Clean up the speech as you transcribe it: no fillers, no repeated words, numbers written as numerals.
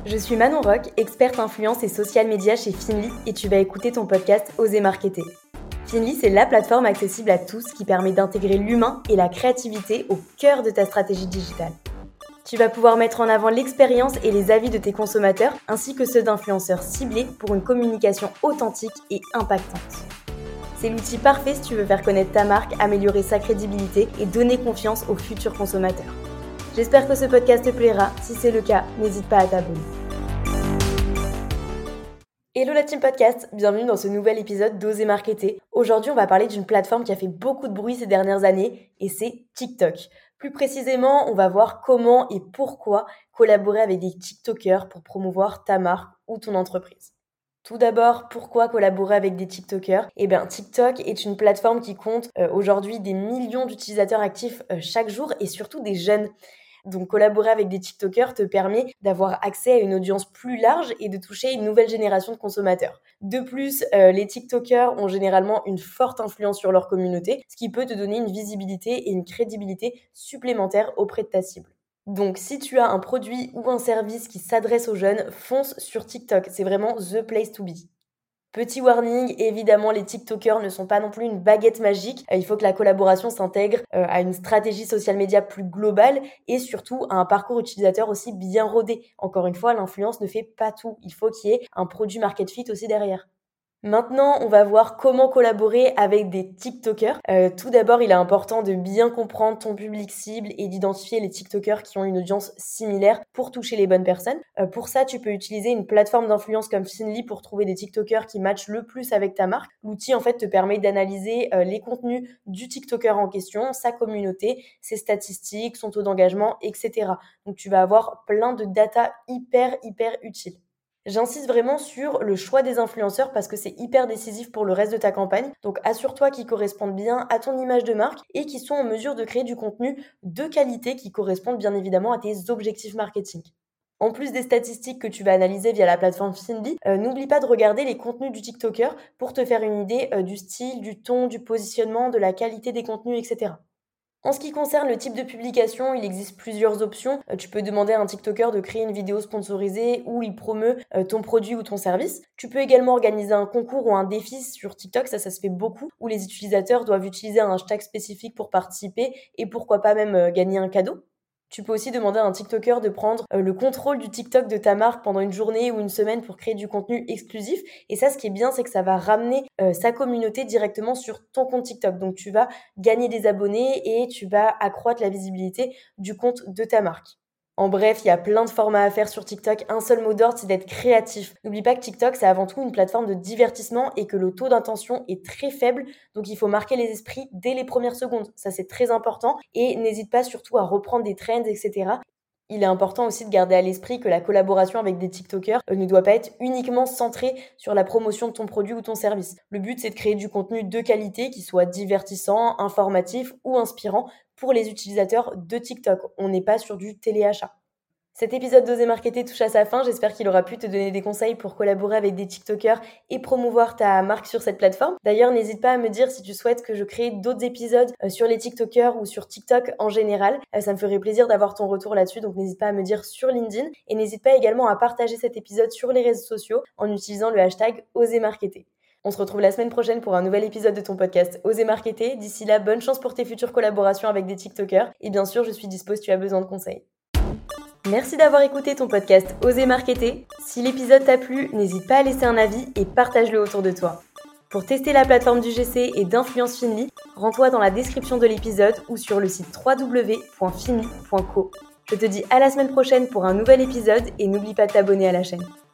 Je suis Manon Rock, experte influence et social media chez Finly et tu vas écouter ton podcast Oser Marketer. Finly, c'est la plateforme accessible à tous qui permet d'intégrer l'humain et la créativité au cœur de ta stratégie digitale. Tu vas pouvoir mettre en avant l'expérience et les avis de tes consommateurs ainsi que ceux d'influenceurs ciblés pour une communication authentique et impactante. C'est l'outil parfait si tu veux faire connaître ta marque, améliorer sa crédibilité et donner confiance aux futurs consommateurs. J'espère que ce podcast te plaira. Si c'est le cas, n'hésite pas à t'abonner. Hello la team podcast, bienvenue dans ce nouvel épisode d'Oser Marketer. Aujourd'hui, on va parler d'une plateforme qui a fait beaucoup de bruit ces dernières années et c'est TikTok. Plus précisément, on va voir comment et pourquoi collaborer avec des TikTokers pour promouvoir ta marque ou ton entreprise. Tout d'abord, pourquoi collaborer avec des TikTokers ? TikTok est une plateforme qui compte aujourd'hui des millions d'utilisateurs actifs chaque jour et surtout des jeunes. Donc, collaborer avec des TikTokers te permet d'avoir accès à une audience plus large et de toucher une nouvelle génération de consommateurs. De plus, les TikTokers ont généralement une forte influence sur leur communauté, ce qui peut te donner une visibilité et une crédibilité supplémentaires auprès de ta cible. Donc, si tu as un produit ou un service qui s'adresse aux jeunes, fonce sur TikTok. C'est vraiment the place to be. Petit warning, évidemment, les TikTokers ne sont pas non plus une baguette magique. Il faut que la collaboration s'intègre à une stratégie social media plus globale et surtout à un parcours utilisateur aussi bien rodé. Encore une fois, l'influence ne fait pas tout. Il faut qu'il y ait un produit market fit aussi derrière. Maintenant, on va voir comment collaborer avec des TikTokers. Tout d'abord, il est important de bien comprendre ton public cible et d'identifier les TikTokers qui ont une audience similaire pour toucher les bonnes personnes. Pour ça, tu peux utiliser une plateforme d'influence comme Finly pour trouver des TikTokers qui matchent le plus avec ta marque. L'outil, en fait, te permet d'analyser les contenus du TikToker en question, sa communauté, ses statistiques, son taux d'engagement, etc. Donc, tu vas avoir plein de data hyper utiles. J'insiste vraiment sur le choix des influenceurs parce que c'est hyper décisif pour le reste de ta campagne. Donc assure-toi qu'ils correspondent bien à ton image de marque et qu'ils sont en mesure de créer du contenu de qualité qui correspondent bien évidemment à tes objectifs marketing. En plus des statistiques que tu vas analyser via la plateforme Finly, n'oublie pas de regarder les contenus du TikToker pour te faire une idée du style, du ton, du positionnement, de la qualité des contenus, etc. En ce qui concerne le type de publication, il existe plusieurs options. Tu peux demander à un TikToker de créer une vidéo sponsorisée où il promeut ton produit ou ton service. Tu peux également organiser un concours ou un défi sur TikTok, ça se fait beaucoup, où les utilisateurs doivent utiliser un hashtag spécifique pour participer et pourquoi pas même gagner un cadeau. Tu peux aussi demander à un TikToker de prendre le contrôle du TikTok de ta marque pendant une journée ou une semaine pour créer du contenu exclusif. Et ça, ce qui est bien, c'est que ça va ramener sa communauté directement sur ton compte TikTok. Donc, tu vas gagner des abonnés et tu vas accroître la visibilité du compte de ta marque. En bref, il y a plein de formats à faire sur TikTok. Un seul mot d'ordre, c'est d'être créatif. N'oublie pas que TikTok, c'est avant tout une plateforme de divertissement et que le taux d'intention est très faible. Donc, il faut marquer les esprits dès les premières secondes. Ça, c'est très important. Et n'hésite pas surtout à reprendre des trends, etc. Il est important aussi de garder à l'esprit que la collaboration avec des TikTokers ne doit pas être uniquement centrée sur la promotion de ton produit ou ton service. Le but, c'est de créer du contenu de qualité qui soit divertissant, informatif ou inspirant pour les utilisateurs de TikTok. On n'est pas sur du téléachat. Cet épisode d'Oser Marketer touche à sa fin. J'espère qu'il aura pu te donner des conseils pour collaborer avec des TikTokers et promouvoir ta marque sur cette plateforme. D'ailleurs, n'hésite pas à me dire si tu souhaites que je crée d'autres épisodes sur les TikTokers ou sur TikTok en général. Ça me ferait plaisir d'avoir ton retour là-dessus, donc n'hésite pas à me dire sur LinkedIn. Et n'hésite pas également à partager cet épisode sur les réseaux sociaux en utilisant le hashtag Oser Marketer. On se retrouve la semaine prochaine pour un nouvel épisode de ton podcast Oser Marketer. D'ici là, bonne chance pour tes futures collaborations avec des TikTokers. Et bien sûr, je suis dispo si tu as besoin de conseils. Merci d'avoir écouté ton podcast Oser Marketer. Si l'épisode t'a plu, n'hésite pas à laisser un avis et partage-le autour de toi. Pour tester la plateforme d'UGC et d'Influence Finly, rends-toi dans la description de l'épisode ou sur le site www.finly.co. Je te dis à la semaine prochaine pour un nouvel épisode et n'oublie pas de t'abonner à la chaîne.